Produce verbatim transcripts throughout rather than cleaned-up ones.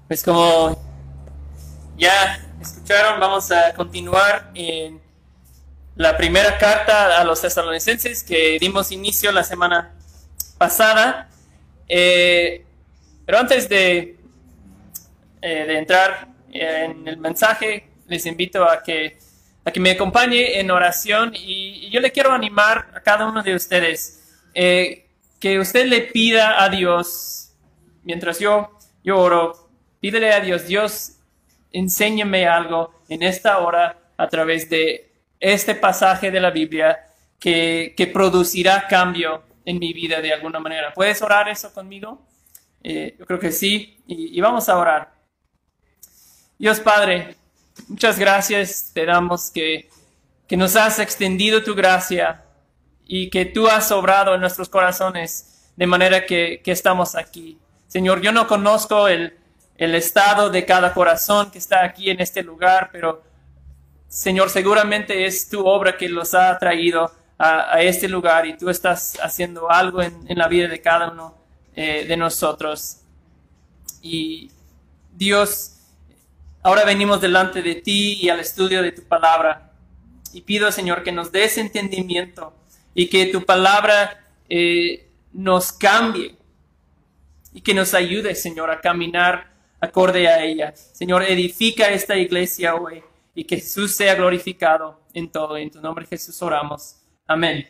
Pues como ya escucharon, vamos a continuar en la primera carta a los tesalonicenses que dimos inicio la semana pasada. Eh, pero antes de, eh, de entrar en el mensaje, les invito a que, a que me acompañe en oración y, y yo le quiero animar a cada uno de ustedes eh, que usted le pida a Dios, mientras yo, yo oro, pídele a Dios, Dios, enséñame algo en esta hora a través de este pasaje de la Biblia que, que producirá cambio en mi vida de alguna manera. ¿Puedes orar eso conmigo? Eh, yo creo que sí, y, y vamos a orar. Dios Padre, muchas gracias te damos que, que nos has extendido tu gracia y que tú has obrado en nuestros corazones de manera que, que estamos aquí. Señor, yo no conozco el, el estado de cada corazón que está aquí en este lugar, pero Señor, seguramente es tu obra que los ha traído a, a este lugar y tú estás haciendo algo en, en la vida de cada uno eh, de nosotros. Y Dios, ahora venimos delante de ti y al estudio de tu palabra. Y pido, Señor, que nos des entendimiento y que tu palabra eh, nos cambie y que nos ayude, Señor, a caminar acorde a ella. Señor, edifica esta iglesia hoy y que Jesús sea glorificado en todo. En tu nombre, Jesús, oramos. Amén.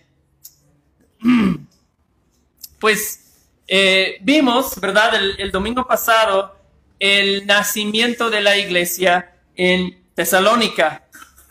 Pues eh, vimos, ¿verdad? El, el domingo pasado, el nacimiento de la iglesia en Tesalónica.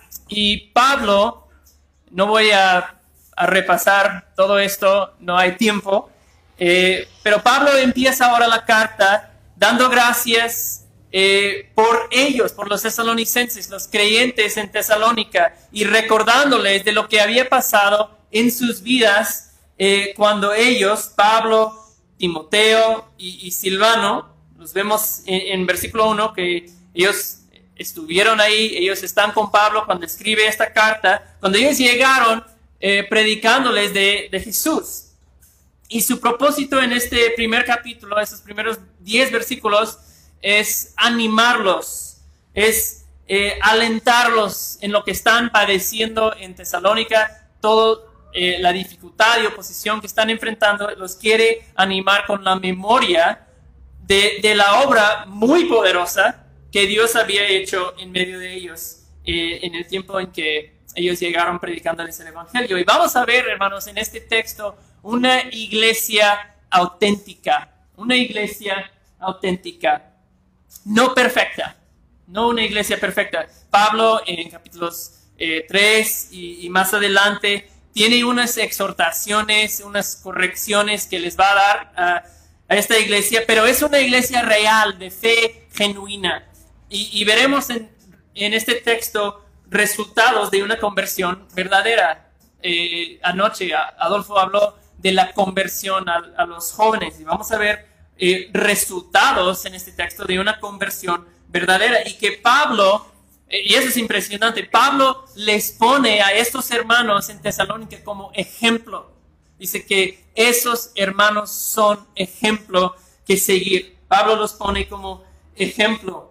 Y Pablo, no voy a, a repasar todo esto, no hay tiempo, eh, pero Pablo empieza ahora la carta dando gracias Eh, por ellos, por los tesalonicenses, los creyentes en Tesalónica, y recordándoles de lo que había pasado en sus vidas eh, cuando ellos, Pablo, Timoteo y, y Silvano, los vemos en, en versículo uno, que ellos estuvieron ahí, ellos están con Pablo cuando escribe esta carta, cuando ellos llegaron eh, predicándoles de, de Jesús. Y su propósito en este primer capítulo, esos primeros diez versículos, es animarlos, es eh, alentarlos en lo que están padeciendo en Tesalónica, toda eh, la dificultad y oposición que están enfrentando, los quiere animar con la memoria de, de la obra muy poderosa que Dios había hecho en medio de ellos eh, en el tiempo en que ellos llegaron predicándoles el Evangelio. Y vamos a ver, hermanos, en este texto una iglesia auténtica, una iglesia auténtica. No perfecta, no una iglesia perfecta. Pablo en capítulos eh, tres y, y más adelante tiene unas exhortaciones, unas correcciones que les va a dar a, a esta iglesia, pero es una iglesia real, de fe genuina. Y, y veremos en, en este texto resultados de una conversión verdadera. Eh, anoche Adolfo habló de la conversión a, a los jóvenes y vamos a ver Eh, resultados en este texto de una conversión verdadera, y que Pablo, eh, y eso es impresionante, Pablo les pone a estos hermanos en Tesalónica como ejemplo. Dice que esos hermanos son ejemplo que seguir. Pablo los pone como ejemplo.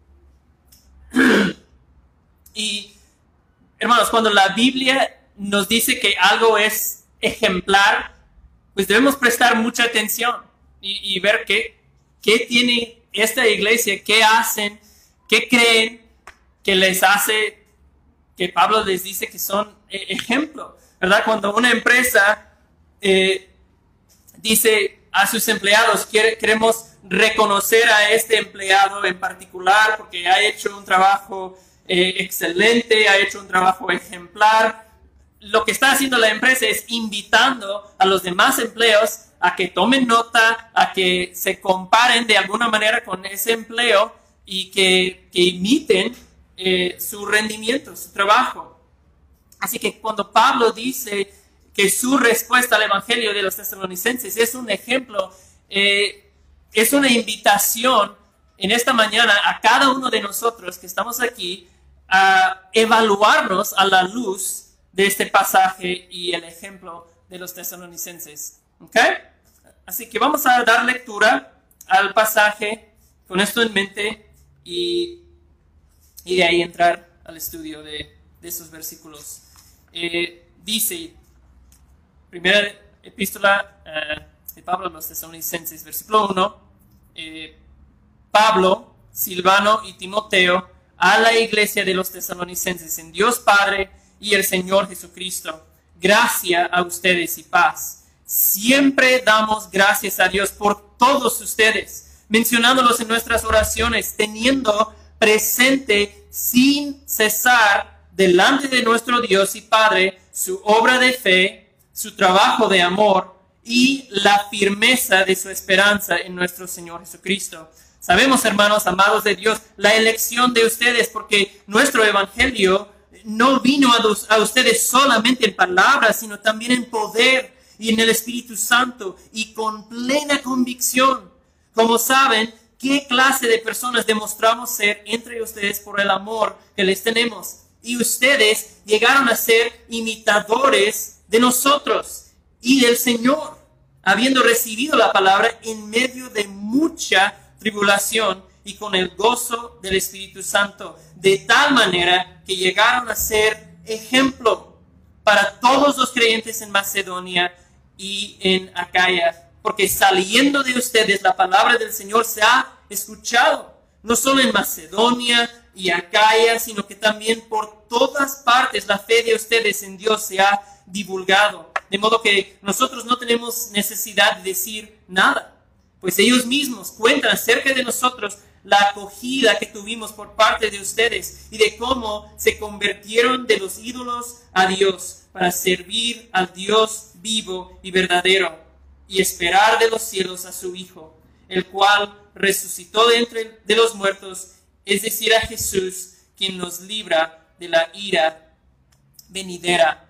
Y hermanos, cuando la Biblia nos dice que algo es ejemplar, pues debemos prestar mucha atención Y, y ver qué, qué tiene esta iglesia, qué hacen, qué creen que les hace, que Pablo les dice que son eh, ejemplo, ¿verdad? Cuando una empresa eh, dice a sus empleados, quiere, queremos reconocer a este empleado en particular porque ha hecho un trabajo eh, excelente, ha hecho un trabajo ejemplar, lo que está haciendo la empresa es invitando a los demás empleados a que tomen nota, a que se comparen de alguna manera con ese empleo y que, que imiten eh, su rendimiento, su trabajo. Así que cuando Pablo dice que su respuesta al Evangelio de los tesalonicenses es un ejemplo, eh, es una invitación en esta mañana a cada uno de nosotros que estamos aquí a evaluarnos a la luz de este pasaje y el ejemplo de los tesalonicenses. ¿Ok? Así que vamos a dar lectura al pasaje con esto en mente y, y de ahí entrar al estudio de, de estos versículos. Eh, dice, primera epístola uh, de Pablo a los Tesalonicenses, versículo uno, eh, Pablo, Silvano y Timoteo, a la iglesia de los Tesalonicenses, en Dios Padre y el Señor Jesucristo, gracia a ustedes y paz. Siempre damos gracias a Dios por todos ustedes, mencionándolos en nuestras oraciones, teniendo presente sin cesar delante de nuestro Dios y Padre su obra de fe, su trabajo de amor y la firmeza de su esperanza en nuestro Señor Jesucristo. Sabemos, hermanos amados de Dios, la elección de ustedes, porque nuestro evangelio no vino a, los, a ustedes solamente en palabras, sino también en poder y en el Espíritu Santo y con plena convicción. Como saben, ¿qué clase de personas demostramos ser entre ustedes por el amor que les tenemos? Y ustedes llegaron a ser imitadores de nosotros y del Señor, habiendo recibido la palabra en medio de mucha tribulación y con el gozo del Espíritu Santo, de tal manera que llegaron a ser ejemplo para todos los creyentes en Macedonia y en Acaya, porque saliendo de ustedes la palabra del Señor se ha escuchado, no solo en Macedonia y Acaya, sino que también por todas partes la fe de ustedes en Dios se ha divulgado, de modo que nosotros no tenemos necesidad de decir nada, pues ellos mismos cuentan acerca de nosotros la acogida que tuvimos por parte de ustedes y de cómo se convirtieron de los ídolos a Dios para servir al Dios vivo y verdadero y esperar de los cielos a su Hijo, el cual resucitó de entre de los muertos, es decir, a Jesús, quien nos libra de la ira venidera.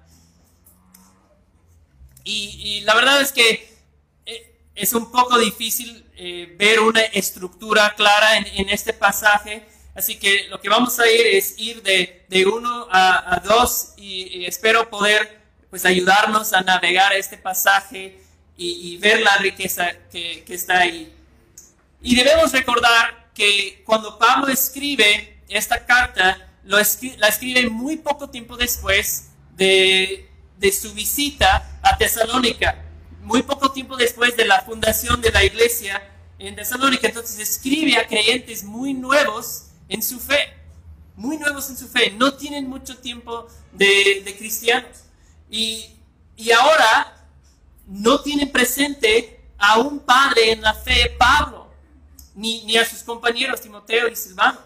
Y, y la verdad es que es un poco difícil eh, ver una estructura clara en, en este pasaje, así que lo que vamos a ir es ir de, de uno a, a dos y, y espero poder pues, ayudarnos a navegar este pasaje y, y ver la riqueza que, que está ahí. Y debemos recordar que cuando Pablo escribe esta carta, lo escri- la escribe muy poco tiempo después de, de su visita a Tesalónica. Muy poco tiempo después de la fundación de la iglesia en Tesalónica. Entonces escribe a creyentes muy nuevos en su fe, muy nuevos en su fe, no tienen mucho tiempo de, de cristianos. Y, y ahora no tienen presente a un padre en la fe, Pablo, ni, ni a sus compañeros Timoteo y Silvano.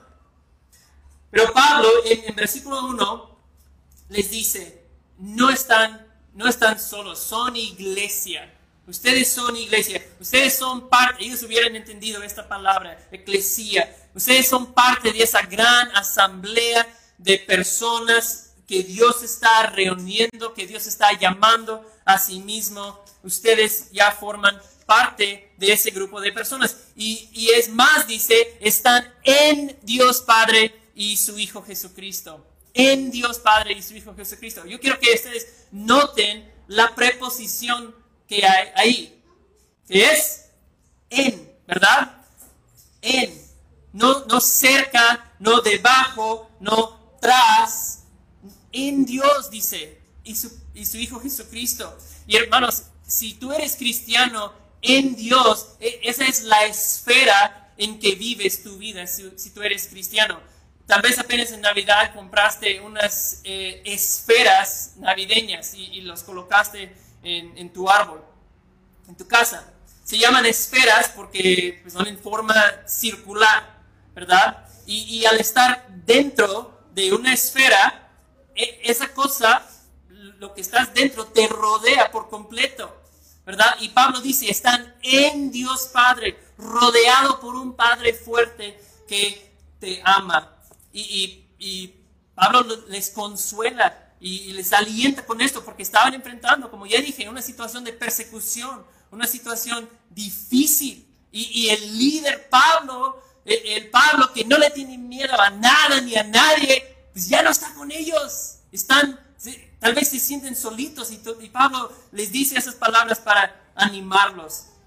Pero Pablo en, en versículo uno les dice, no están No están solos, son iglesia. Ustedes son iglesia. Ustedes son parte, ellos hubieran entendido esta palabra, eclesía. Ustedes son parte de esa gran asamblea de personas que Dios está reuniendo, que Dios está llamando a sí mismo. Ustedes ya forman parte de ese grupo de personas. Y, y es más, dice, están en Dios Padre y su Hijo Jesucristo. En Dios Padre y su Hijo Jesucristo. Yo quiero que ustedes noten la preposición que hay ahí, que es en, ¿verdad? En, no, no cerca, no debajo, no tras, en Dios, dice, y su, y su Hijo Jesucristo. Y hermanos, si tú eres cristiano en Dios, esa es la esfera en que vives tu vida, si, si tú eres cristiano. Tal vez apenas en Navidad compraste unas eh, esferas navideñas y, y los colocaste en, en tu árbol, en tu casa. Se llaman esferas porque pues, son en forma circular, ¿verdad? Y, y al estar dentro de una esfera, e, esa cosa, lo que estás dentro, te rodea por completo, ¿verdad? Y Pablo dice, están en Dios Padre, rodeado por un Padre fuerte que te ama. Y, y, y Pablo les consuela y, y les alienta con esto porque estaban enfrentando, como ya dije, una situación de persecución, una situación difícil. Y, y el líder Pablo, el, el Pablo que no le tiene miedo a nada ni a nadie, pues ya no está con ellos. Están, tal vez se sienten solitos y, y Pablo les dice esas palabras para animarlos.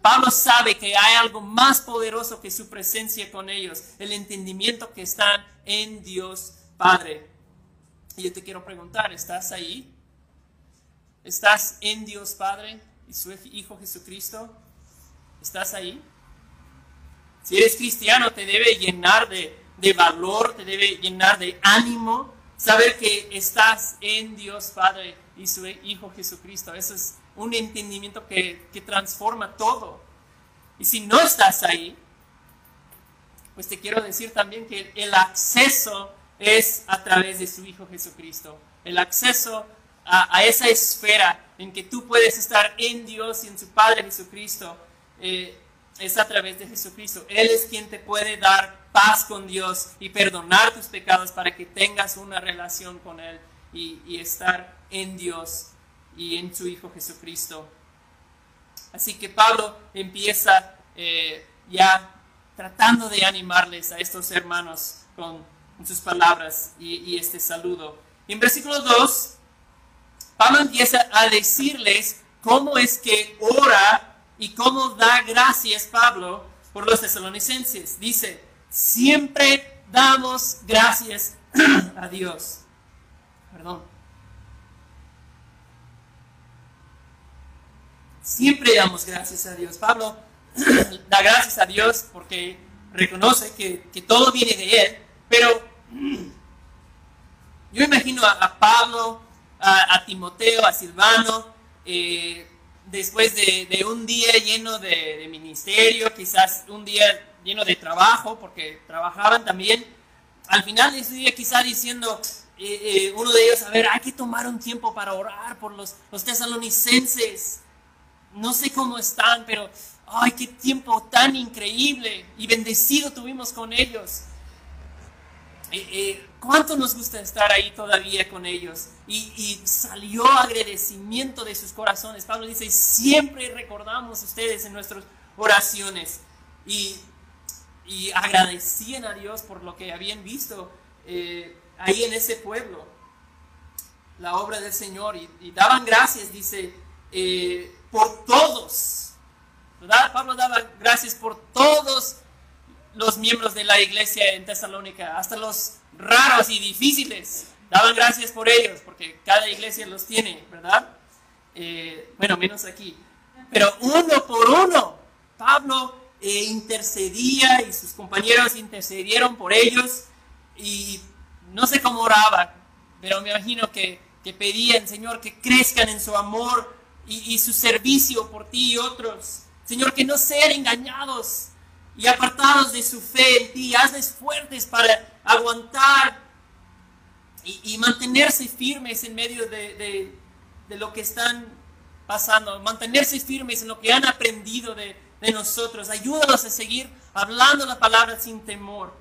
Pablo sabe que hay algo más poderoso que su presencia con ellos, el entendimiento que están en Dios Padre. Y yo te quiero preguntar, ¿estás ahí? ¿Estás en Dios Padre y su Hijo Jesucristo? ¿Estás ahí? Si eres cristiano, te debe llenar de, de valor, te debe llenar de ánimo, saber que estás en Dios Padre y su Hijo Jesucristo. Eso es un entendimiento que, que transforma todo. Y si no estás ahí, pues te quiero decir también que el acceso es a través de su Hijo Jesucristo. El acceso a, a esa esfera en que tú puedes estar en Dios y en su Padre Jesucristo, eh, es a través de Jesucristo. Él es quien te puede dar paz con Dios y perdonar tus pecados para que tengas una relación con Él y, y estar en Dios y en su Hijo Jesucristo. Así que Pablo empieza eh, ya tratando de animarles a estos hermanos con sus palabras y, y este saludo. Y en versículo dos, Pablo empieza a decirles cómo es que ora y cómo da gracias Pablo por los tesalonicenses. Dice, siempre damos gracias a Dios. Perdón. Siempre damos gracias a Dios. Pablo da gracias a Dios porque reconoce que, que todo viene de Él, pero yo imagino a, a Pablo, a, a Timoteo, a Silvano, eh, después de, de un día lleno de, de ministerio, quizás un día lleno de trabajo, porque trabajaban también, al final de ese día quizás diciendo, eh, eh, uno de ellos, a ver, hay que tomar un tiempo para orar por los, los tesalonicenses. No sé cómo están, pero ¡ay, qué tiempo tan increíble y bendecido tuvimos con ellos! Eh, eh, ¿Cuánto nos gusta estar ahí todavía con ellos? Y, y salió agradecimiento de sus corazones. Pablo dice, siempre recordamos a ustedes en nuestras oraciones. Y, y agradecían a Dios por lo que habían visto eh, ahí en ese pueblo, la obra del Señor. Y, y daban gracias, dice, eh, por todos. ¿Verdad? Pablo daba gracias por todos los miembros de la iglesia en Tesalónica, hasta los raros y difíciles. Daban gracias por ellos, porque cada iglesia los tiene, ¿verdad? Eh, bueno, menos aquí. Pero uno por uno, Pablo eh, intercedía y sus compañeros intercedieron por ellos. Y no sé cómo oraba, pero me imagino que, que pedían, Señor, que crezcan en su amor y, y su servicio por ti y otros. Señor, que no sean engañados y apartados de su fe en ti. Hazles fuertes para aguantar y, y mantenerse firmes en medio de, de, de lo que están pasando. Mantenerse firmes en lo que han aprendido de, de nosotros. Ayúdalos a seguir hablando la palabra sin temor.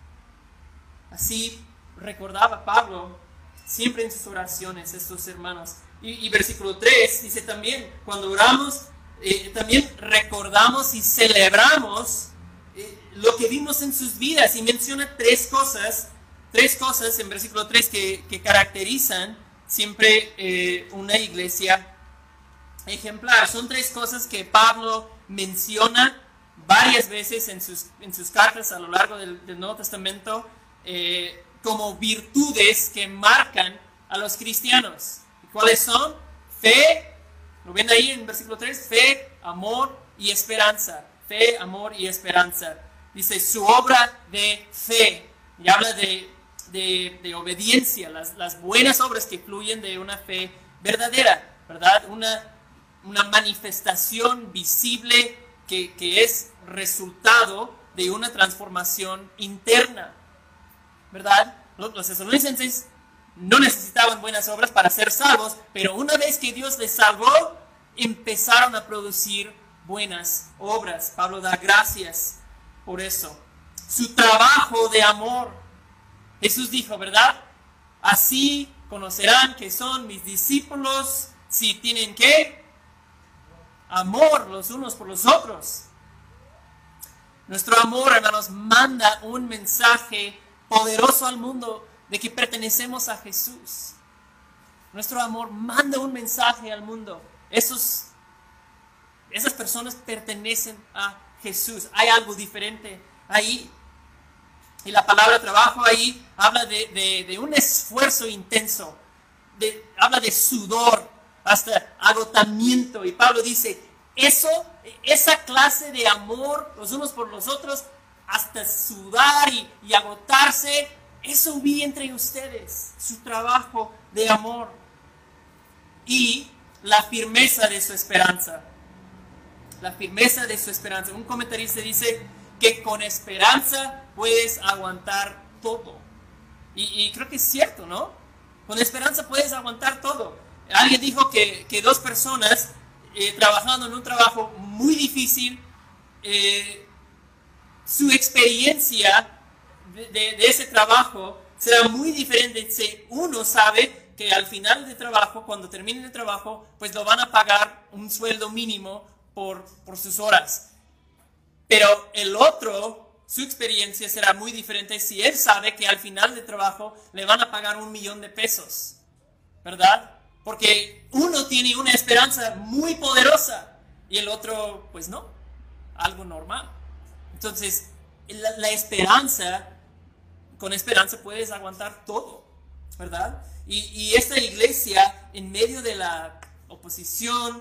Así recordaba Pablo siempre en sus oraciones a estos hermanos. Y, y versículo tres dice también, cuando oramos, eh, también recordamos y celebramos eh, lo que vimos en sus vidas. Y menciona tres cosas, tres cosas en versículo tres que, que caracterizan siempre eh, una iglesia ejemplar. Son tres cosas que Pablo menciona varias veces en sus, en sus cartas a lo largo del, del Nuevo Testamento eh, como virtudes que marcan a los cristianos. ¿Cuáles son? Fe, ¿lo ven ahí en versículo tres? Fe, amor y esperanza. Fe, amor y esperanza. Dice su obra de fe. Y habla de, de, de obediencia, las, las buenas obras que fluyen de una fe verdadera, ¿verdad? Una, una manifestación visible que, que es resultado de una transformación interna, ¿verdad? Los, los tesalonicenses no necesitaban buenas obras para ser salvos, pero una vez que Dios les salvó, empezaron a producir buenas obras. Pablo da gracias por eso. Su trabajo de amor. Jesús dijo, ¿verdad? Así conocerán que son mis discípulos si tienen ¿qué? Amor los unos por los otros. Nuestro amor, hermanos, manda un mensaje poderoso al mundo de que pertenecemos a Jesús. Nuestro amor manda un mensaje al mundo. Eso es, esas personas pertenecen a Jesús. Hay algo diferente ahí. Y la palabra trabajo ahí habla de, de, de un esfuerzo intenso. De, habla de sudor, hasta agotamiento. Y Pablo dice, eso, esa clase de amor los unos por los otros, hasta sudar y, y agotarse, eso vi entre ustedes, su trabajo de amor y la firmeza de su esperanza. La firmeza de su esperanza. Un comentarista dice que con esperanza puedes aguantar todo. Y, y creo que es cierto, ¿no? Con esperanza puedes aguantar todo. Alguien dijo que, que dos personas eh, trabajando en un trabajo muy difícil, eh, su experiencia de, de, de ese trabajo será muy diferente si uno sabe que al final del trabajo, cuando termine el trabajo, pues lo van a pagar un sueldo mínimo por, por sus horas. Pero el otro, su experiencia será muy diferente si él sabe que al final del trabajo le van a pagar un millón de pesos, ¿verdad? Porque uno tiene una esperanza muy poderosa y el otro, pues no, algo normal. Entonces, la, la esperanza, con esperanza puedes aguantar todo, ¿verdad? Y, y esta iglesia, en medio de la oposición,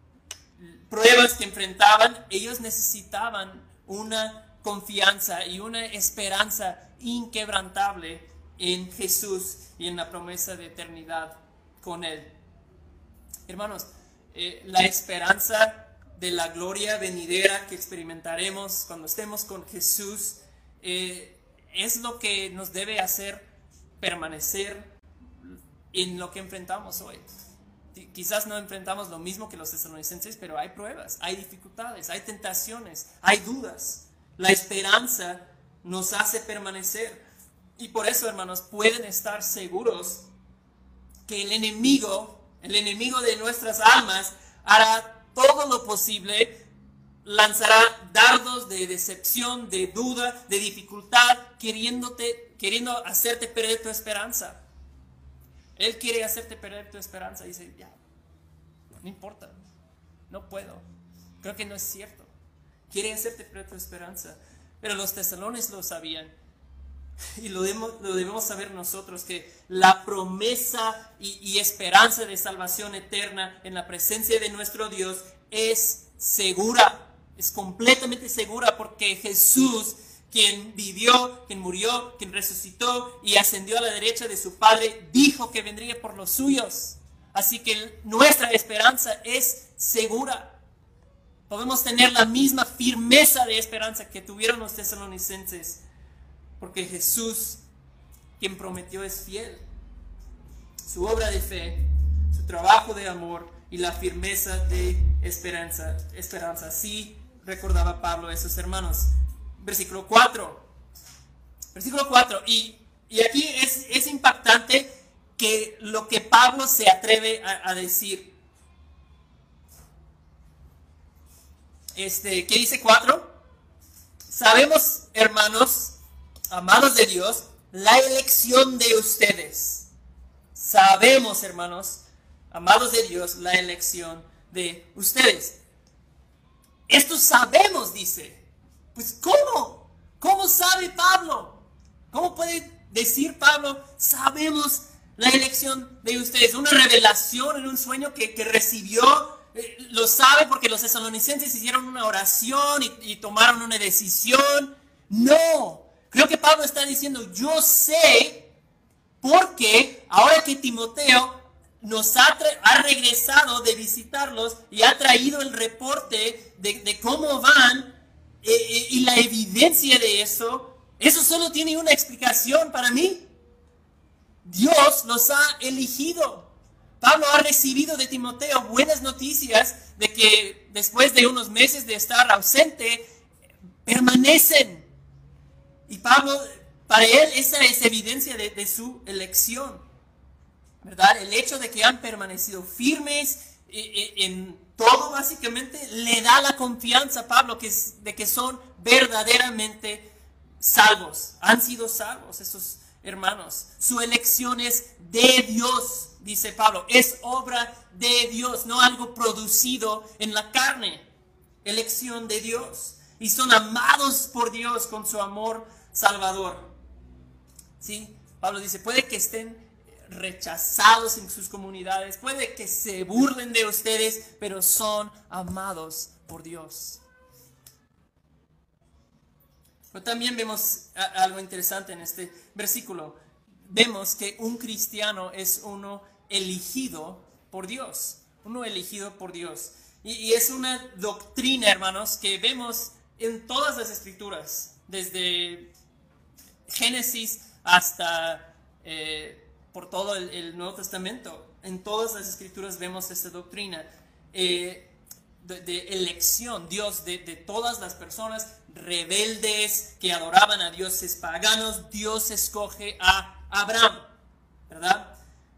pruebas que enfrentaban, ellos necesitaban una confianza y una esperanza inquebrantable en Jesús y en la promesa de eternidad con Él. Hermanos, eh, la esperanza de la gloria venidera que experimentaremos cuando estemos con Jesús eh, es lo que nos debe hacer permanecer en lo que enfrentamos hoy. Quizás no enfrentamos lo mismo que los tesalonicenses, pero hay pruebas, hay dificultades, hay tentaciones, hay dudas. La esperanza nos hace permanecer. Y por eso, hermanos, pueden estar seguros que el enemigo, el enemigo de nuestras almas, hará todo lo posible, lanzará dardos de decepción, de duda, de dificultad, queriéndote, queriendo hacerte perder tu esperanza. Él quiere hacerte perder tu esperanza. Dice, ya, no importa, no puedo. Creo que no es cierto. Quiere hacerte perder tu esperanza. Pero los tesalones lo sabían. Y lo debemos, lo debemos saber nosotros, que la promesa y, y esperanza de salvación eterna en la presencia de nuestro Dios es segura. Es completamente segura porque Jesús, quien vivió, quien murió, quien resucitó y ascendió a la derecha de su Padre, dijo que vendría por los suyos. Así que nuestra esperanza es segura. Podemos tener la misma firmeza de esperanza que tuvieron los tesalonicenses, porque Jesús, quien prometió, es fiel. Su obra de fe, su trabajo de amor y la firmeza de esperanza. Esperanza. Así recordaba Pablo a esos hermanos. Versículo cuatro. Versículo cuatro. Y, y aquí es, es impactante que lo que Pablo se atreve a, a decir. Este, ¿qué dice cuatro? Sabemos, hermanos, amados de Dios, la elección de ustedes. Sabemos, hermanos, amados de Dios, la elección de ustedes. Esto sabemos, dice. Pues, ¿cómo? ¿Cómo sabe Pablo? ¿Cómo puede decir Pablo, sabemos la elección de ustedes? Una revelación en un sueño que, que recibió. Eh, lo sabe porque los tesalonicenses hicieron una oración y, y tomaron una decisión. No. Creo que Pablo está diciendo, yo sé porque ahora que Timoteo nos ha, ha regresado de visitarlos y ha traído el reporte de, de cómo van eh, eh, y la evidencia de eso, eso solo tiene una explicación para mí. Dios los ha elegido. Pablo ha recibido de Timoteo buenas noticias de que después de unos meses de estar ausente, permanecen. Y Pablo, para él, esa es evidencia de, de su elección, ¿verdad? El hecho de que han permanecido firmes eh, eh, en todo, básicamente, le da la confianza a Pablo que es, de que son verdaderamente salvos. Han sido salvos esos hermanos. Su elección es de Dios, dice Pablo. Es obra de Dios, no algo producido en la carne. elección de Dios y son amados por Dios con su amor salvador. ¿Sí? Pablo dice, puede que estén rechazados en sus comunidades, puede que se burlen de ustedes, pero son amados por Dios. Pero también vemos algo interesante en este versículo. Vemos que un cristiano es uno elegido por Dios, uno elegido por Dios. Y, y es una doctrina, hermanos, que vemos en todas las escrituras, desde Génesis hasta eh, por todo el, el Nuevo Testamento. En todas las escrituras vemos esta doctrina eh, de, de elección. Dios de, de todas las personas rebeldes que adoraban a dioses paganos, Dios escoge a Abraham, ¿verdad?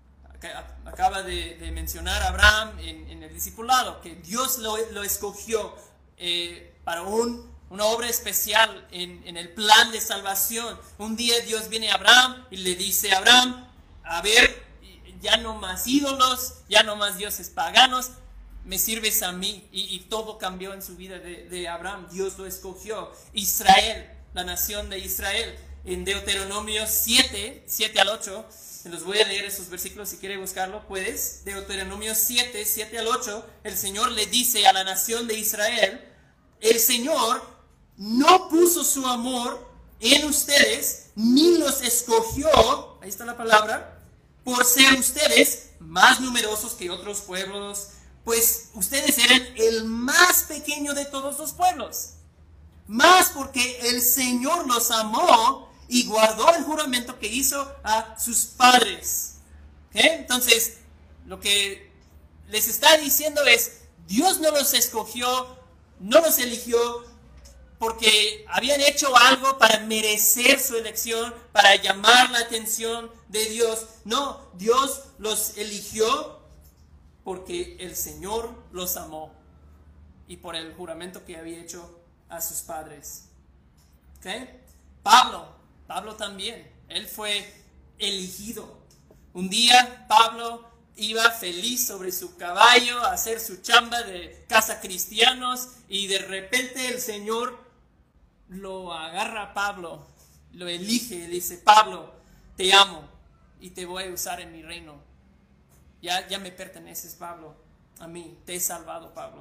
Acaba de, de mencionar a Abraham en, en el discipulado, que Dios lo, lo escogió eh, para un, una obra especial en, en el plan de salvación. Un día Dios viene a Abraham y le dice a Abraham, a ver, ya no más ídolos, ya no más dioses paganos, me sirves a mí. Y, y todo cambió en su vida de, de Abraham. Dios lo escogió. Israel, la nación de Israel, en Deuteronomio siete, siete al ocho, se los voy a leer esos versículos, si quieres buscarlo, puedes. Deuteronomio siete, siete al ocho, el Señor le dice a la nación de Israel, el Señor no puso su amor en ustedes, ni los escogió, ahí está la palabra, por ser ustedes más numerosos que otros pueblos, pues ustedes eran el más pequeño de todos los pueblos. Más porque el Señor los amó y guardó el juramento que hizo a sus padres. ¿Okay? Entonces, lo que les está diciendo es, Dios no los escogió, no los eligió porque habían hecho algo para merecer su elección, para llamar la atención de Dios. No, Dios los eligió porque el Señor los amó y por el juramento que había hecho a sus padres. ¿Okay? Pablo, Pablo también, él fue elegido. Un día Pablo iba feliz sobre su caballo a hacer su chamba de caza cristianos y de repente el Señor lo agarra a Pablo, lo elige y dice, Pablo, te amo y te voy a usar en mi reino. Ya, ya me perteneces, Pablo, a mí, te he salvado, Pablo.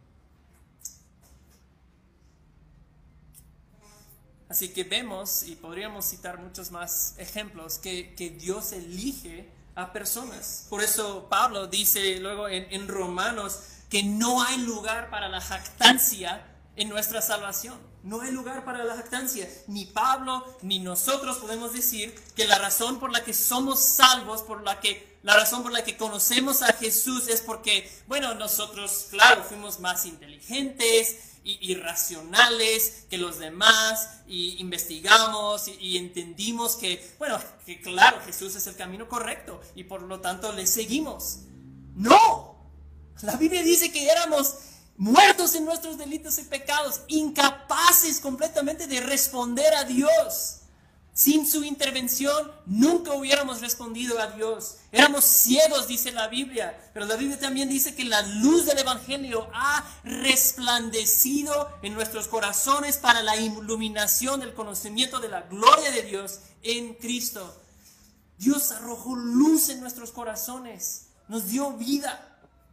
Así que vemos, y podríamos citar muchos más ejemplos, que, que Dios elige a personas. Por eso Pablo dice luego en, en Romanos que no hay lugar para la jactancia en nuestra salvación. No hay lugar para la jactancia. Ni Pablo ni nosotros podemos decir que la razón por la que somos salvos, por la que la razón por la que conocemos a Jesús es porque, bueno, nosotros, claro, fuimos más inteligentes y, y racionales que los demás, y investigamos y, y entendimos que, bueno, que claro, Jesús es el camino correcto y por lo tanto le seguimos. ¡No! La Biblia dice que éramos muertos en nuestros delitos y pecados, incapaces completamente de responder a Dios. Sin su intervención nunca hubiéramos respondido a Dios. Éramos ciegos, dice la Biblia, pero la Biblia también dice que la luz del Evangelio ha resplandecido en nuestros corazones para la iluminación del conocimiento de la gloria de Dios en Cristo. Dios arrojó luz en nuestros corazones, nos dio vida.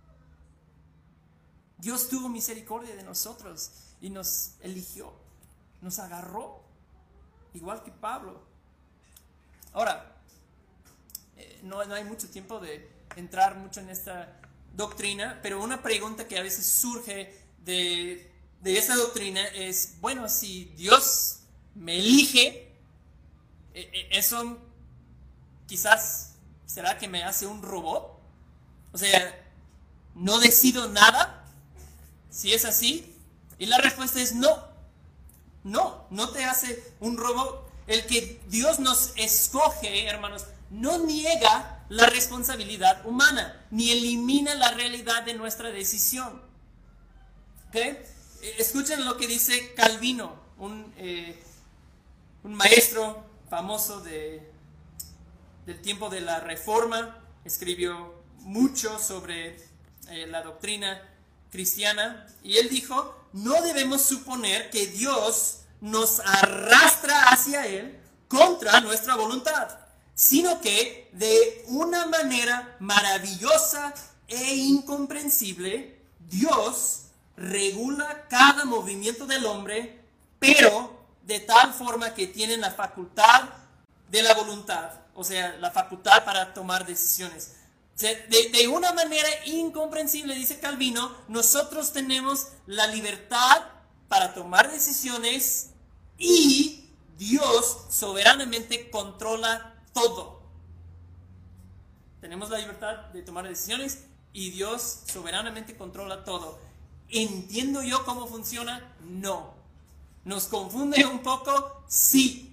Dios tuvo misericordia de nosotros y nos eligió, nos agarró, igual que Pablo. Ahora, eh, no, no hay mucho tiempo de entrar mucho en esta doctrina, pero una pregunta que a veces surge de, de esta doctrina es, bueno, si Dios me elige, eh, ¿eso quizás será que me hace un robot? O sea, ¿no decido nada? Si es así, y la respuesta es no, no, no te hace un robot. El que Dios nos escoge, hermanos, no niega la responsabilidad humana, ni elimina la realidad de nuestra decisión. ¿Okay? Escuchen lo que dice Calvino, un, eh, un maestro famoso de, del tiempo de la Reforma, escribió mucho sobre eh, la doctrina cristiana, y él dijo, no debemos suponer que Dios nos arrastra hacia Él contra nuestra voluntad, sino que de una manera maravillosa e incomprensible, Dios regula cada movimiento del hombre, pero de tal forma que tienen la facultad de la voluntad, o sea, la facultad para tomar decisiones. O sea, de, de una manera incomprensible, dice Calvino, nosotros tenemos la libertad para tomar decisiones y Dios soberanamente controla todo. Tenemos la libertad de tomar decisiones y Dios soberanamente controla todo. ¿Entiendo yo cómo funciona? No. ¿Nos confunde un poco? Sí.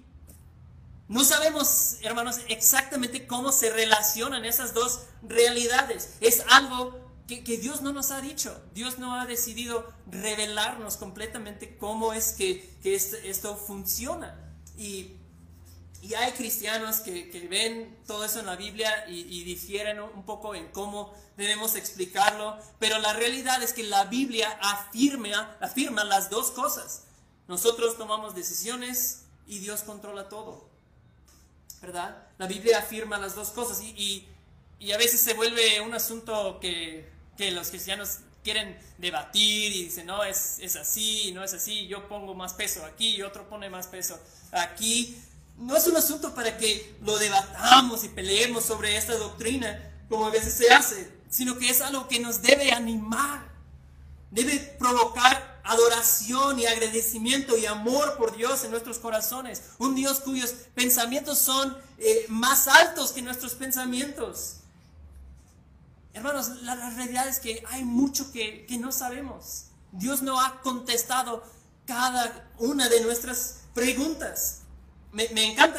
No sabemos, hermanos, exactamente cómo se relacionan esas dos realidades. Es algo que, que Dios no nos ha dicho. Dios no ha decidido revelarnos completamente cómo es que, que esto, esto funciona. Y, y hay cristianos que, que ven todo eso en la Biblia y, y difieren un poco en cómo debemos explicarlo. Pero la realidad es que la Biblia afirma, afirma las dos cosas. Nosotros tomamos decisiones y Dios controla todo, ¿verdad? La Biblia afirma las dos cosas y, y, y a veces se vuelve un asunto que, que los cristianos quieren debatir y dicen, no, es, es así, no es así, yo pongo más peso aquí y otro pone más peso aquí. No es un asunto para que lo debatamos y peleemos sobre esta doctrina como a veces se hace, sino que es algo que nos debe animar, debe provocar adoración y agradecimiento y amor por Dios en nuestros corazones. Un Dios cuyos pensamientos son eh, más altos que nuestros pensamientos. Hermanos, la, la realidad es que hay mucho que, que no sabemos. Dios no ha contestado cada una de nuestras preguntas. Me, me encanta,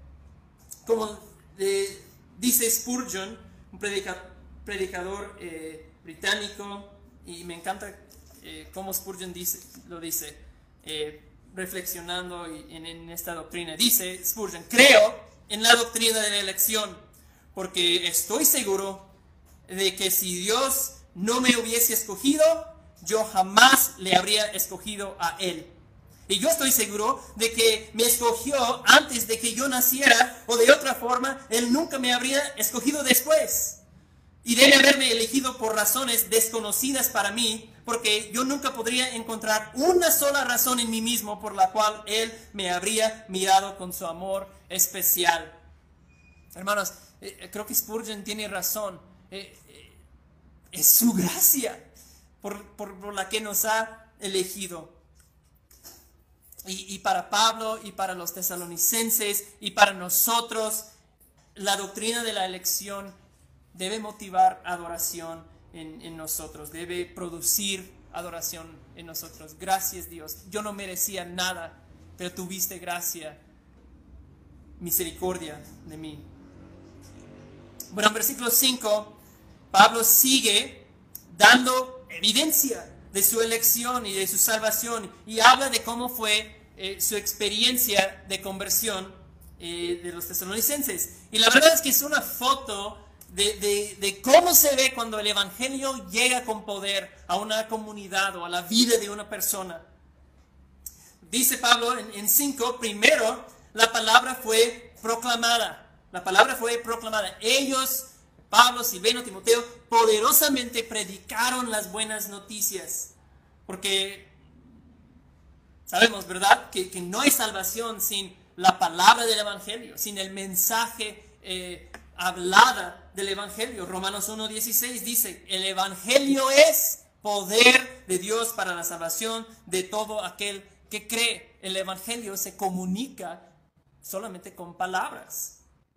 como eh, dice Spurgeon, un predica, predicador eh, británico, y me encanta Eh, como Spurgeon dice, lo dice, eh, reflexionando en, en esta doctrina. Dice Spurgeon, creo en la doctrina de la elección, porque estoy seguro de que si Dios no me hubiese escogido, yo jamás le habría escogido a Él. Y yo estoy seguro de que me escogió antes de que yo naciera, o de otra forma, Él nunca me habría escogido después. Y debe haberme elegido por razones desconocidas para mí, porque yo nunca podría encontrar una sola razón en mí mismo por la cual Él me habría mirado con su amor especial. Hermanos, eh, creo que Spurgeon tiene razón. Eh, eh, es su gracia por, por, por la que nos ha elegido. Y, y para Pablo y para los tesalonicenses y para nosotros, la doctrina de la elección debe motivar adoración en, en nosotros, debe producir adoración en nosotros. Gracias, Dios. Yo no merecía nada, pero tuviste gracia, misericordia de mí. Bueno, en versículo cinco, Pablo sigue dando evidencia de su elección y de su salvación y habla de cómo fue eh, su experiencia de conversión eh, de los tesalonicenses. Y la verdad es que es una foto De, de, de cómo se ve cuando el evangelio llega con poder a una comunidad o a la vida de una persona. Dice Pablo en cinco, primero la palabra fue proclamada. La palabra fue proclamada. Ellos, Pablo, Silvano, Timoteo, poderosamente predicaron las buenas noticias. Porque sabemos, ¿verdad?, que, que no hay salvación sin la palabra del evangelio, sin el mensaje eh, hablada del evangelio. Romanos uno dieciséis dice, el evangelio es poder de Dios para la salvación de todo aquel que cree. El evangelio se comunica solamente con palabras,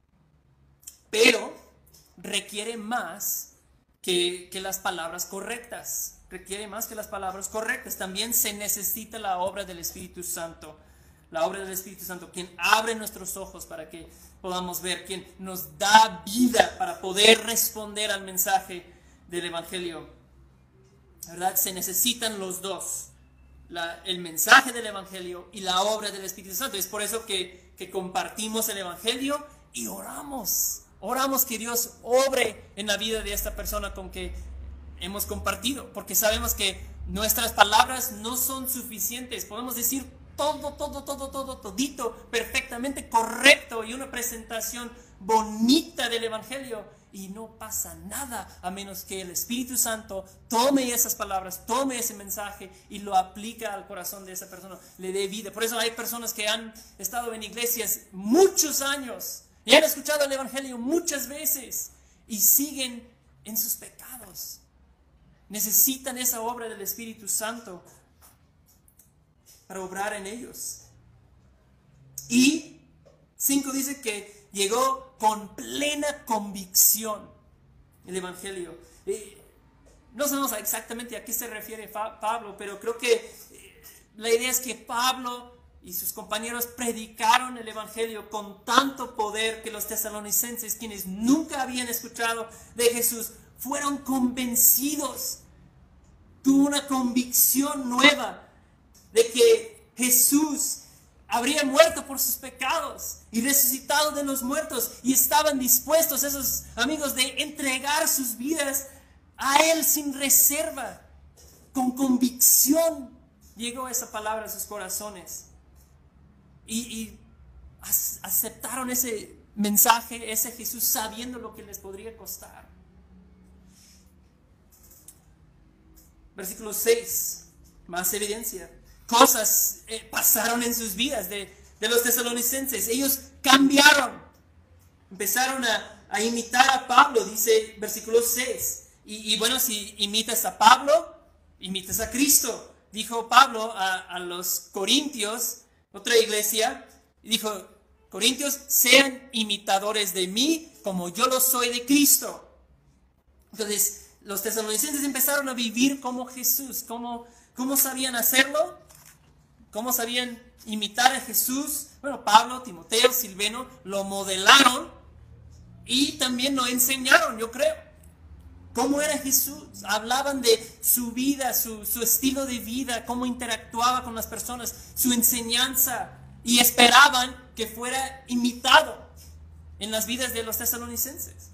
pero requiere más que, que las palabras correctas. Requiere más que las palabras correctas. También se necesita la obra del Espíritu Santo. La obra del Espíritu Santo, quien abre nuestros ojos para que podamos ver, quien nos da vida para poder responder al mensaje del evangelio. ¿Verdad? Se necesitan los dos, la, el mensaje del evangelio y la obra del Espíritu Santo. Es por eso que, que compartimos el evangelio y oramos. Oramos que Dios obre en la vida de esta persona con que hemos compartido, porque sabemos que nuestras palabras no son suficientes. Podemos decir todo, todo, todo, todo, todito, perfectamente correcto y una presentación bonita del Evangelio, y no pasa nada a menos que el Espíritu Santo tome esas palabras, tome ese mensaje y lo aplica al corazón de esa persona, le dé vida. Por eso hay personas que han estado en iglesias muchos años y han escuchado el Evangelio muchas veces y siguen en sus pecados. Necesitan esa obra del Espíritu Santo para obrar en ellos. Y cinco dice que llegó con plena convicción el Evangelio. Eh, no sabemos exactamente a qué se refiere Pablo, pero creo que eh, la idea es que Pablo y sus compañeros predicaron el Evangelio con tanto poder que los tesalonicenses, quienes nunca habían escuchado de Jesús, fueron convencidos. Tuvo una convicción nueva de que Jesús habría muerto por sus pecados y resucitado de los muertos, y estaban dispuestos esos amigos de entregar sus vidas a Él sin reserva. Con convicción llegó esa palabra a sus corazones y, y aceptaron ese mensaje, ese Jesús, sabiendo lo que les podría costar. Versículo seis, más evidencia. Cosas eh, pasaron en sus vidas de, de los tesalonicenses. Ellos cambiaron. Empezaron a, a imitar a Pablo, dice versículo seis. Y, y bueno, si imitas a Pablo, imitas a Cristo. Dijo Pablo a, a los corintios, otra iglesia, dijo: Corintios, sean imitadores de mí como yo lo soy de Cristo. Entonces, los tesalonicenses empezaron a vivir como Jesús. ¿Cómo, cómo sabían hacerlo? ¿Cómo sabían imitar a Jesús? Bueno, Pablo, Timoteo, Silvano lo modelaron y también lo enseñaron, yo creo. ¿Cómo era Jesús? Hablaban de su vida, su, su estilo de vida, cómo interactuaba con las personas, su enseñanza, y esperaban que fuera imitado en las vidas de los tesalonicenses.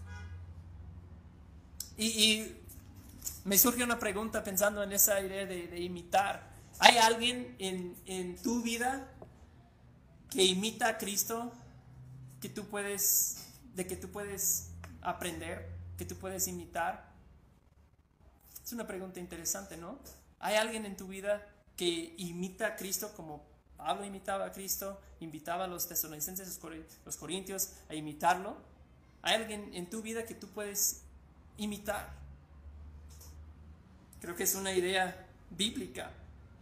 Y, y me surge una pregunta pensando en esa idea de, de imitar. ¿Hay alguien en, en tu vida que imita a Cristo, que tú puedes, de que tú puedes aprender, que tú puedes imitar? Es una pregunta interesante, ¿no? ¿Hay alguien en tu vida que imita a Cristo como Pablo imitaba a Cristo, invitaba a los tesalonicenses, los corintios, a imitarlo? ¿Hay alguien en tu vida que tú puedes imitar? Creo que es una idea bíblica.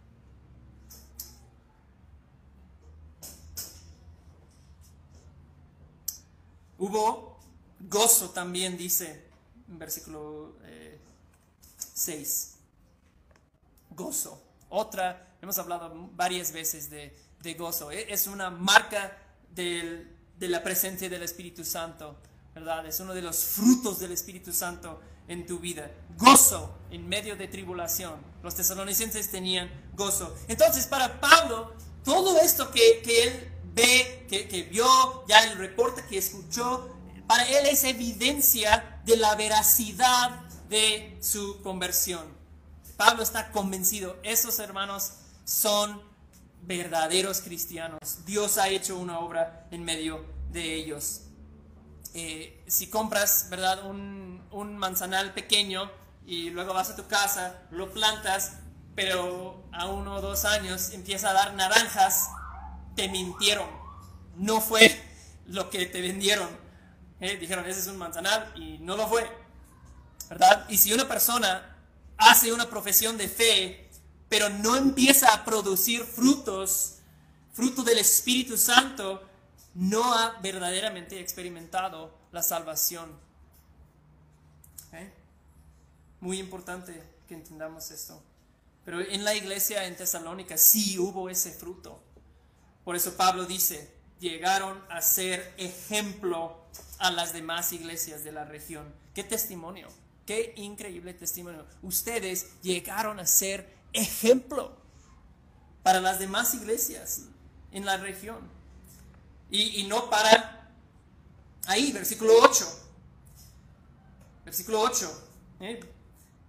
Hubo gozo también, dice en versículo eh, seis. Gozo. Otra, hemos hablado varias veces de, de gozo. Es una marca del, de la presencia del Espíritu Santo, ¿verdad? Es uno de los frutos del Espíritu Santo en tu vida. Gozo en medio de tribulación. Los tesalonicenses tenían gozo. Entonces, para Pablo, todo esto que, que él ve, que, que vio, ya el reporte que escuchó, para él es evidencia de la veracidad de su conversión. Pablo está convencido, esos hermanos son verdaderos cristianos. Dios ha hecho una obra en medio de ellos. Eh, si compras, ¿verdad?, un, un manzanal pequeño y luego vas a tu casa, lo plantas, pero a uno o dos años empieza a dar naranjas, te mintieron. No fue lo que te vendieron. Eh, dijeron, ese es un manzanal, y no lo fue, ¿verdad? Y si una persona hace una profesión de fe, pero no empieza a producir frutos, fruto del Espíritu Santo, no ha verdaderamente experimentado la salvación. ¿Eh? Muy importante que entendamos esto. Pero en la iglesia en Tesalónica sí hubo ese fruto. Por eso Pablo dice, llegaron a ser ejemplo a las demás iglesias de la región. ¡Qué testimonio! ¡Qué increíble testimonio! Ustedes llegaron a ser ejemplo para las demás iglesias en la región. Y, y no para ahí, versículo ocho. Versículo ocho. ¿eh?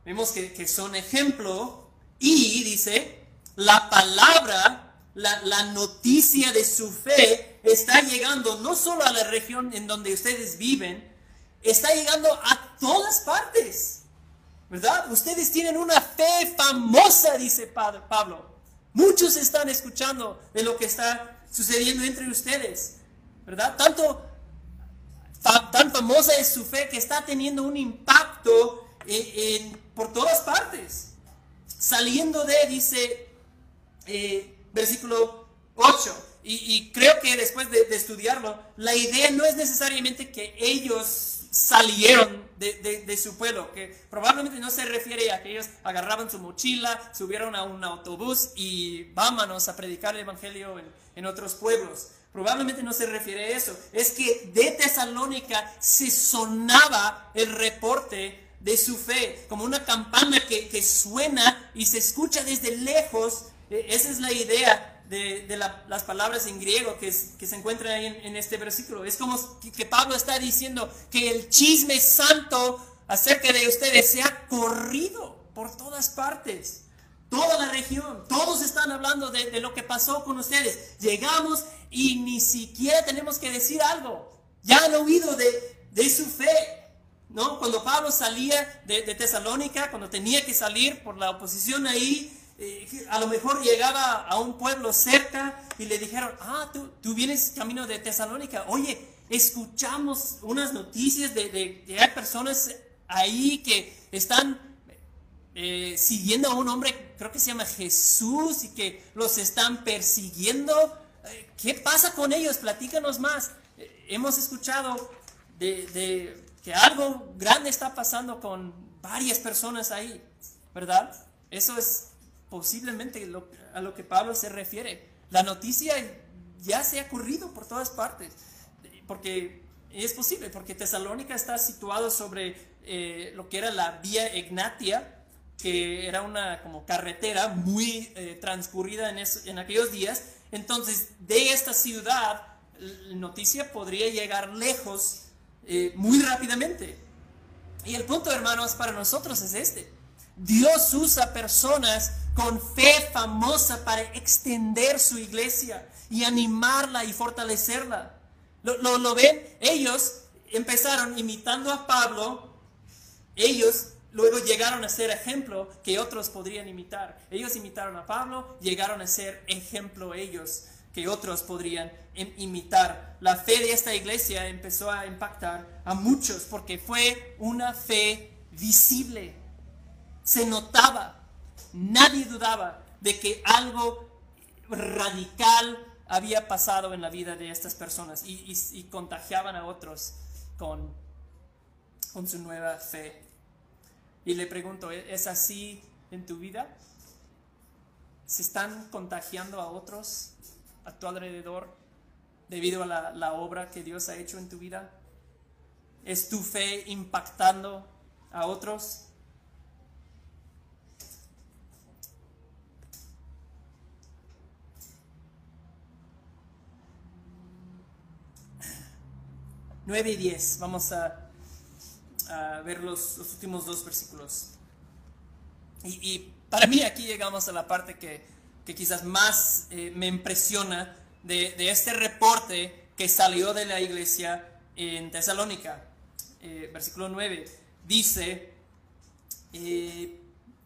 Vemos que, que son ejemplo y dice, la palabra, la, la noticia de su fe está llegando no solo a la región en donde ustedes viven, está llegando a todas partes, ¿verdad? Ustedes tienen una fe famosa, dice Pablo. Muchos están escuchando de lo que está sucediendo entre ustedes, ¿verdad? Tanto, fa, tan famosa es su fe que está teniendo un impacto en, en, por todas partes. Saliendo de, dice, eh, versículo ocho, y, y creo que después de, de estudiarlo, la idea no es necesariamente que ellos salieron de, de, de su pueblo, que probablemente no se refiere a que ellos agarraban su mochila, subieron a un autobús y vámonos a predicar el evangelio en, en otros pueblos. Probablemente no se refiere a eso. Es que de Tesalónica se sonaba el reporte de su fe, como una campana que, que suena y se escucha desde lejos. Esa es la idea de, de la, las palabras en griego que, es, que se encuentran ahí en, en este versículo. Es como que, que Pablo está diciendo que el chisme santo acerca de ustedes se ha corrido por todas partes, toda la región. Todos están hablando de, de lo que pasó con ustedes. Llegamos y ni siquiera tenemos que decir algo. Ya han oído de, de su fe, ¿no? Cuando Pablo salía de, de Tesalónica, cuando tenía que salir por la oposición ahí, eh, a lo mejor llegaba a un pueblo cerca y le dijeron, ah, tú, tú vienes camino de Tesalónica, oye, escuchamos unas noticias de, de que hay personas ahí que están eh, siguiendo a un hombre, creo que se llama Jesús, y que los están persiguiendo. Eh, ¿qué pasa con ellos? Platícanos más. Eh, hemos escuchado de... de que algo grande está pasando con varias personas ahí, ¿verdad? Eso es posiblemente lo, a lo que Pablo se refiere. La noticia ya se ha corrido por todas partes, porque es posible, porque Tesalónica está situado sobre eh, lo que era la Vía Egnatia, que era una como carretera muy eh, transcurrida en, eso, en aquellos días. Entonces, de esta ciudad, la noticia podría llegar lejos, Eh, muy rápidamente. Y el punto, hermanos, para nosotros es este: Dios usa personas con fe famosa para extender su iglesia y animarla y fortalecerla. ¿Lo, lo, lo ven? Ellos empezaron imitando a Pablo. Ellos luego llegaron a ser ejemplo que otros podrían imitar. Ellos imitaron a Pablo, llegaron a ser ejemplo ellos que otros podrían imitar. La fe de esta iglesia empezó a impactar a muchos porque fue una fe visible. Se notaba, nadie dudaba de que algo radical había pasado en la vida de estas personas y, y, y contagiaban a otros con, con su nueva fe. Y le pregunto, ¿es así en tu vida? ¿Se están contagiando a otros a tu alrededor debido a la, la obra que Dios ha hecho en tu vida? ¿Es tu fe impactando a otros? nueve y diez, vamos a, a ver los, los últimos dos versículos. Y, y para mí aquí llegamos a la parte que, que quizás más eh, me impresiona de, de este reporte que salió de la iglesia en Tesalónica. Eh, versículo nueve dice, eh,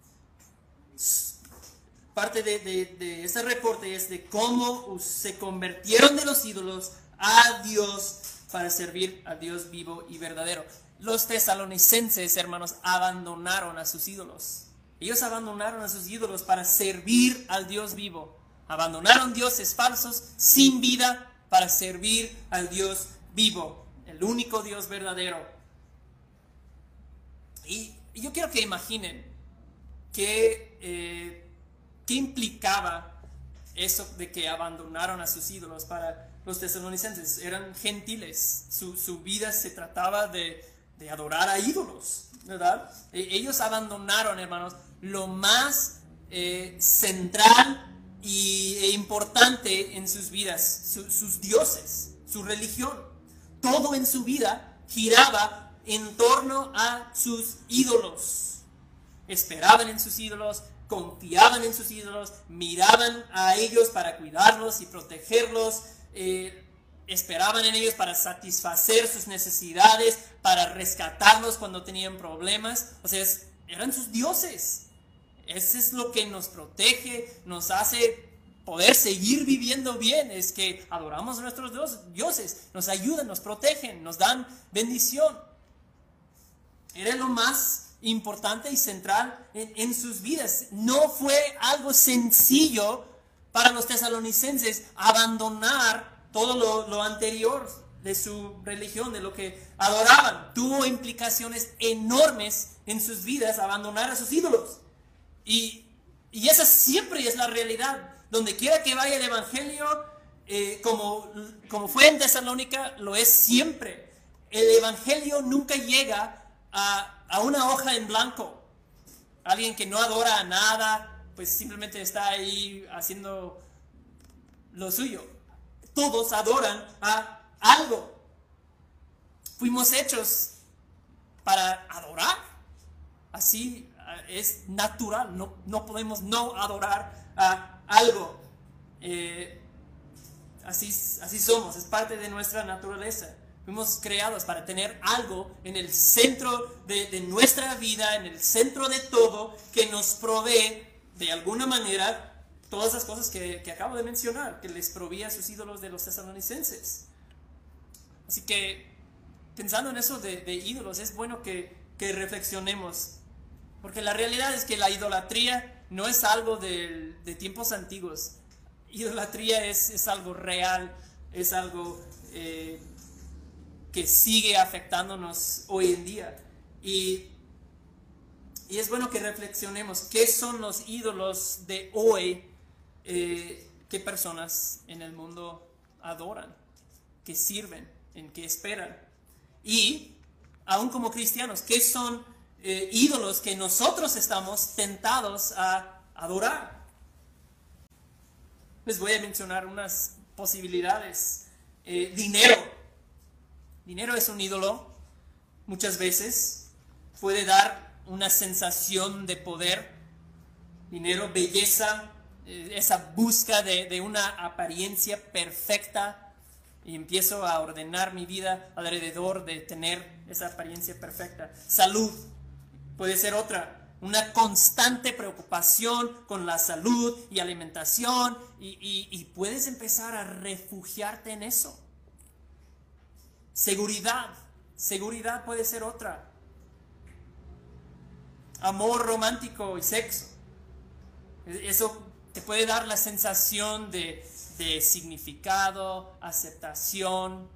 parte de, de, de este reporte es de cómo se convirtieron de los ídolos a Dios para servir a Dios vivo y verdadero. Los tesalonicenses, hermanos, abandonaron a sus ídolos. Ellos abandonaron a sus ídolos para servir al Dios vivo. Abandonaron dioses falsos sin vida para servir al Dios vivo, el único Dios verdadero. Y yo quiero que imaginen que, eh, qué implicaba eso de que abandonaron a sus ídolos. Para los tesalonicenses eran gentiles, su, su vida se trataba de, de adorar a ídolos, ¿verdad? Ellos abandonaron, hermanos, lo más eh, central y, e importante en sus vidas, su, sus dioses, su religión. Todo en su vida giraba en torno a sus ídolos. esperaban en sus ídolos, confiaban en sus ídolos, miraban a ellos para cuidarlos y protegerlos, eh, esperaban en ellos para satisfacer sus necesidades, para rescatarlos cuando tenían problemas. O sea, es, eran sus dioses. Eso es lo que nos protege, nos hace poder seguir viviendo bien, es que adoramos a nuestros dioses, nos ayudan, nos protegen, nos dan bendición. Era lo más importante y central en, en sus vidas. No fue algo sencillo para los tesalonicenses abandonar todo lo, lo anterior de su religión, de lo que adoraban. Tuvo implicaciones enormes en sus vidas abandonar a sus ídolos. Y, y esa siempre es la realidad. Donde quiera que vaya el evangelio, eh, como, como fue en Tesalónica, lo es siempre. El evangelio nunca llega a, a una hoja en blanco. Alguien que no adora a nada, pues simplemente está ahí haciendo lo suyo. Todos adoran a algo. Fuimos hechos para adorar. Así es natural. No, no podemos no adorar a algo. Eh, así, así somos, es parte de nuestra naturaleza. Fuimos creados para tener algo en el centro de, de nuestra vida, en el centro de todo, que nos provee de alguna manera todas las cosas que, que acabo de mencionar, que les proveía a sus ídolos de los tesalonicenses. Así que, pensando en eso de, de ídolos, es bueno que, que reflexionemos, porque la realidad es que la idolatría no es algo de, de tiempos antiguos. Idolatría es, es algo real, es algo eh, que sigue afectándonos hoy en día. Y, y es bueno que reflexionemos qué son los ídolos de hoy, eh, qué personas en el mundo adoran, qué sirven, en qué esperan. Y, aún como cristianos, qué son Eh, ídolos que nosotros estamos tentados a adorar. Les voy a mencionar unas posibilidades. Eh, dinero. Dinero es un ídolo. Muchas veces puede dar una sensación de poder. Dinero, belleza, eh, esa búsqueda de, de una apariencia perfecta. Y empiezo a ordenar mi vida alrededor de tener esa apariencia perfecta. Salud. Puede ser otra, una constante preocupación con la salud y alimentación, y, y, y puedes empezar a refugiarte en eso. Seguridad, seguridad puede ser otra. Amor romántico y sexo. Eso te puede dar la sensación de, de significado, aceptación.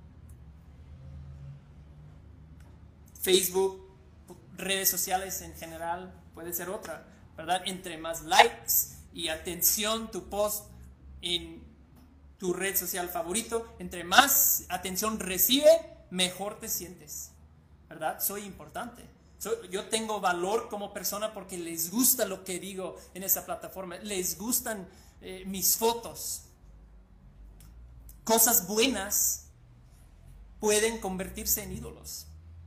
Facebook, redes sociales en general, puede ser otra, ¿verdad? Entre más likes y atención tu post en tu red social favorito, entre más atención recibe, mejor te sientes, ¿verdad? Soy importante. Soy, yo tengo valor como persona porque les gusta lo que digo en esa plataforma, les gustan eh, mis fotos. Cosas buenas pueden convertirse en ídolos.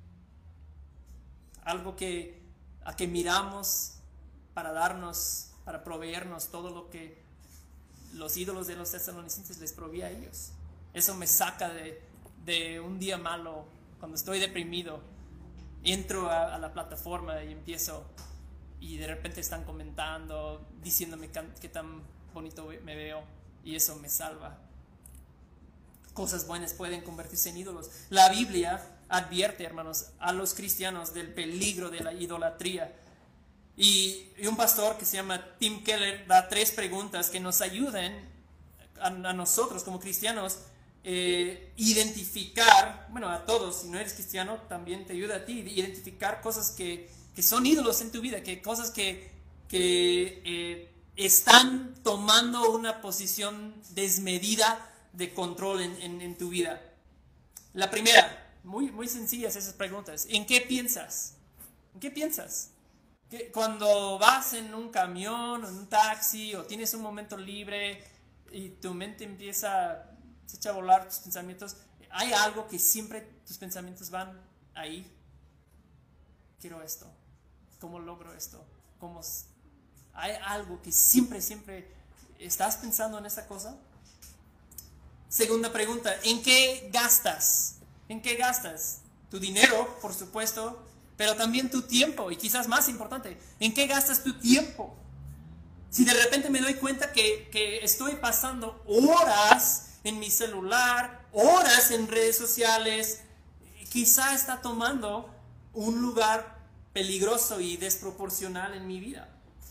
Algo que, a que miramos para darnos, para proveernos todo lo que los ídolos de los tesalonicenses les proveía a ellos. Eso me saca de, de un día malo, cuando estoy deprimido. Entro a, a la plataforma y empiezo, y de repente están comentando, diciéndome qué tan bonito me veo, y eso me salva. Cosas buenas pueden convertirse en ídolos. La Biblia advierte, hermanos, a los cristianos del peligro de la idolatría. Y, y un pastor que se llama Tim Keller da tres preguntas que nos ayudan a, a nosotros como cristianos eh, identificar, bueno, a todos, si no eres cristiano, también te ayuda a ti, identificar cosas que, que son ídolos en tu vida, que cosas que, que eh, están tomando una posición desmedida de control en, en, en tu vida. La primera, muy, muy sencillas esas preguntas. ¿En qué piensas? ¿En qué piensas? ¿Qué, cuando vas en un camión o en un taxi o tienes un momento libre y tu mente empieza, se echa a volar tus pensamientos, ¿hay algo que siempre tus pensamientos van ahí? Quiero esto. ¿Cómo logro esto? como hay algo que siempre, siempre estás pensando en esa cosa. Segunda pregunta, ¿en qué gastas? ¿En qué gastas? Tu dinero, por supuesto, pero también tu tiempo, y quizás más importante, ¿en qué gastas tu tiempo? Si de repente me doy cuenta que, que estoy pasando horas en mi celular, horas en redes sociales, quizá está tomando un lugar peligroso y desproporcional en mi vida.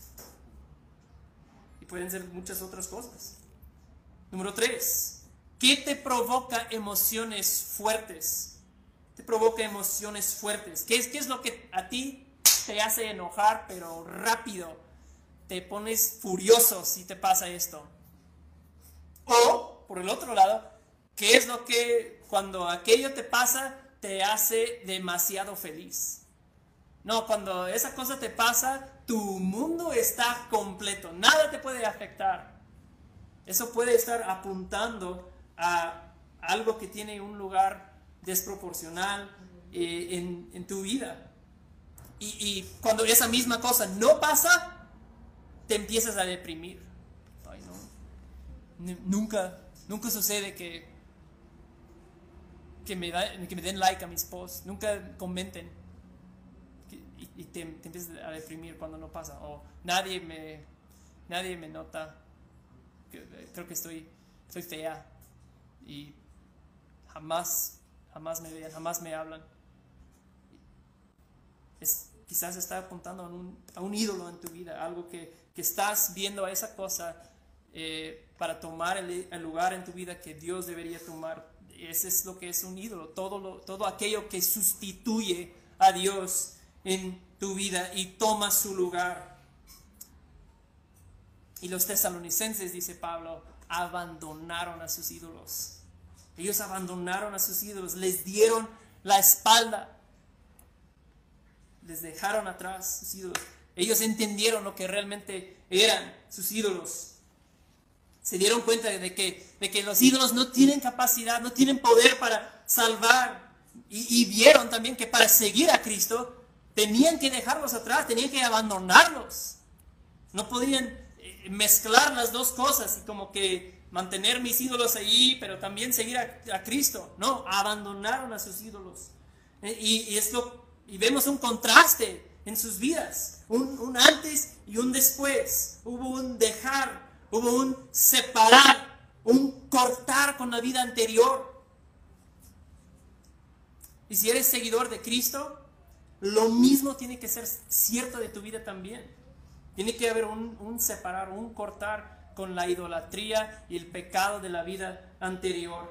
Y pueden ser muchas otras cosas. Número tres. ¿Qué te provoca emociones fuertes? Te provoca emociones fuertes. ¿Qué es, qué es lo que a ti te hace enojar, pero rápido? Te pones furioso si te pasa esto. O, por el otro lado, ¿qué es lo que cuando aquello te pasa te hace demasiado feliz? No, cuando esa cosa te pasa, tu mundo está completo. Nada te puede afectar. Eso puede estar apuntando a algo que tiene un lugar desproporcional eh, en, en tu vida. Y, y cuando esa misma cosa no pasa, te empiezas a deprimir. Ay, no. Nunca, nunca sucede que, que, me da, que me den like a mis posts. Nunca comenten. Y, y te, te empiezas a deprimir cuando no pasa. O nadie me, nadie me nota. Creo que estoy, estoy fea. Y jamás, jamás me ven, jamás me hablan. Es, quizás está apuntando a un, a un ídolo en tu vida, algo que, que estás viendo a esa cosa eh, para tomar el, el lugar en tu vida que Dios debería tomar. Ese es lo que es un ídolo, todo, lo, todo aquello que sustituye a Dios en tu vida y toma su lugar. Y los tesalonicenses, dice Pablo, abandonaron a sus ídolos. Ellos abandonaron a sus ídolos, les dieron la espalda, les dejaron atrás sus ídolos. Ellos entendieron lo que realmente eran sus ídolos. Se dieron cuenta de que, de que los ídolos no tienen capacidad, no tienen poder para salvar. Y, y vieron también que para seguir a Cristo tenían que dejarlos atrás, tenían que abandonarlos. No podían mezclar las dos cosas y como que mantener mis ídolos allí, pero también seguir a, a Cristo. No, abandonaron a sus ídolos. Y, y, esto, y vemos un contraste en sus vidas, un, un antes y un después. Hubo un dejar, hubo un separar, un cortar con la vida anterior. Y si eres seguidor de Cristo, lo mismo tiene que ser cierto de tu vida también. Tiene que haber un, un separar, un cortar con la idolatría y el pecado de la vida anterior.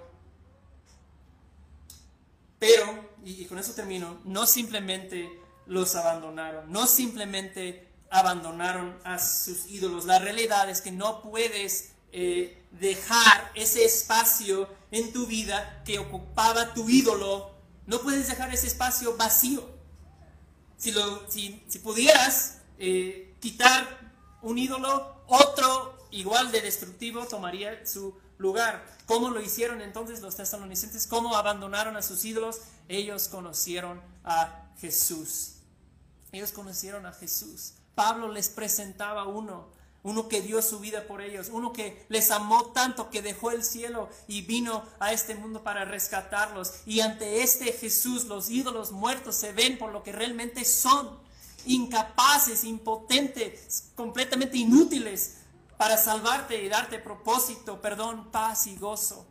Pero, y, y con eso termino, no simplemente los abandonaron, no simplemente abandonaron a sus ídolos. La realidad es que no puedes eh, dejar ese espacio en tu vida que ocupaba tu ídolo, no puedes dejar ese espacio vacío. Si, lo, si, si pudieras eh, quitar un ídolo, otro igual de destructivo tomaría su lugar. ¿Cómo lo hicieron entonces los tesalonicenses? ¿Cómo abandonaron a sus ídolos? Ellos conocieron a Jesús. Ellos conocieron a Jesús. Pablo les presentaba uno, uno que dio su vida por ellos, uno que les amó tanto que dejó el cielo y vino a este mundo para rescatarlos. Y ante este Jesús los ídolos muertos se ven por lo que realmente son, incapaces, impotentes, completamente inútiles para salvarte y darte propósito, perdón, paz y gozo.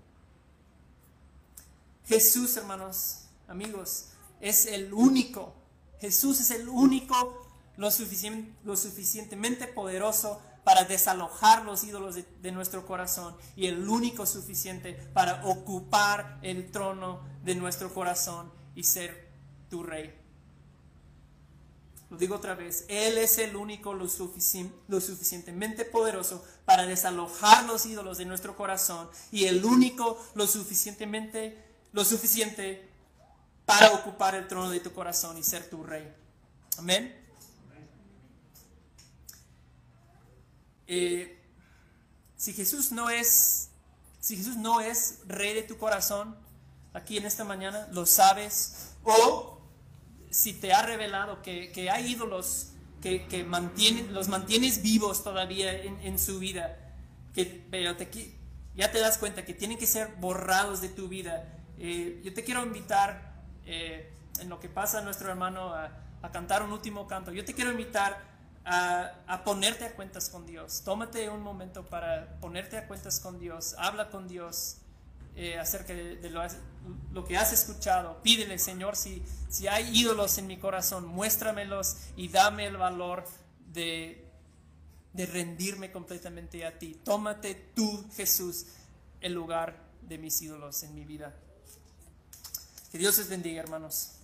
Jesús, hermanos, amigos, es el único, Jesús es el único lo, suficien, lo suficientemente poderoso para desalojar los ídolos de, de nuestro corazón y el único suficiente para ocupar el trono de nuestro corazón y ser tu rey. Lo digo otra vez, Él es el único lo, sufici- lo suficientemente poderoso para desalojar los ídolos de nuestro corazón y el único lo suficientemente lo suficiente para ocupar el trono de tu corazón y ser tu rey. Amén. Eh, si Jesús no es, si Jesús no es rey de tu corazón, aquí en esta mañana lo sabes, o si te ha revelado que, que hay ídolos que, que mantienen, los mantienes vivos todavía en, en su vida, que, pero te, ya te das cuenta que tienen que ser borrados de tu vida. Eh, yo te quiero invitar, eh, en lo que pasa nuestro hermano a, a cantar un último canto, yo te quiero invitar a, a ponerte a cuentas con Dios. Tómate un momento para ponerte a cuentas con Dios, habla con Dios eh, acerca de, de lo, lo que has escuchado. Pídele, Señor, si, si hay ídolos en mi corazón, muéstramelos y dame el valor de, de rendirme completamente a ti. Tómate tú, Jesús, el lugar de mis ídolos en mi vida. Que Dios les bendiga, hermanos.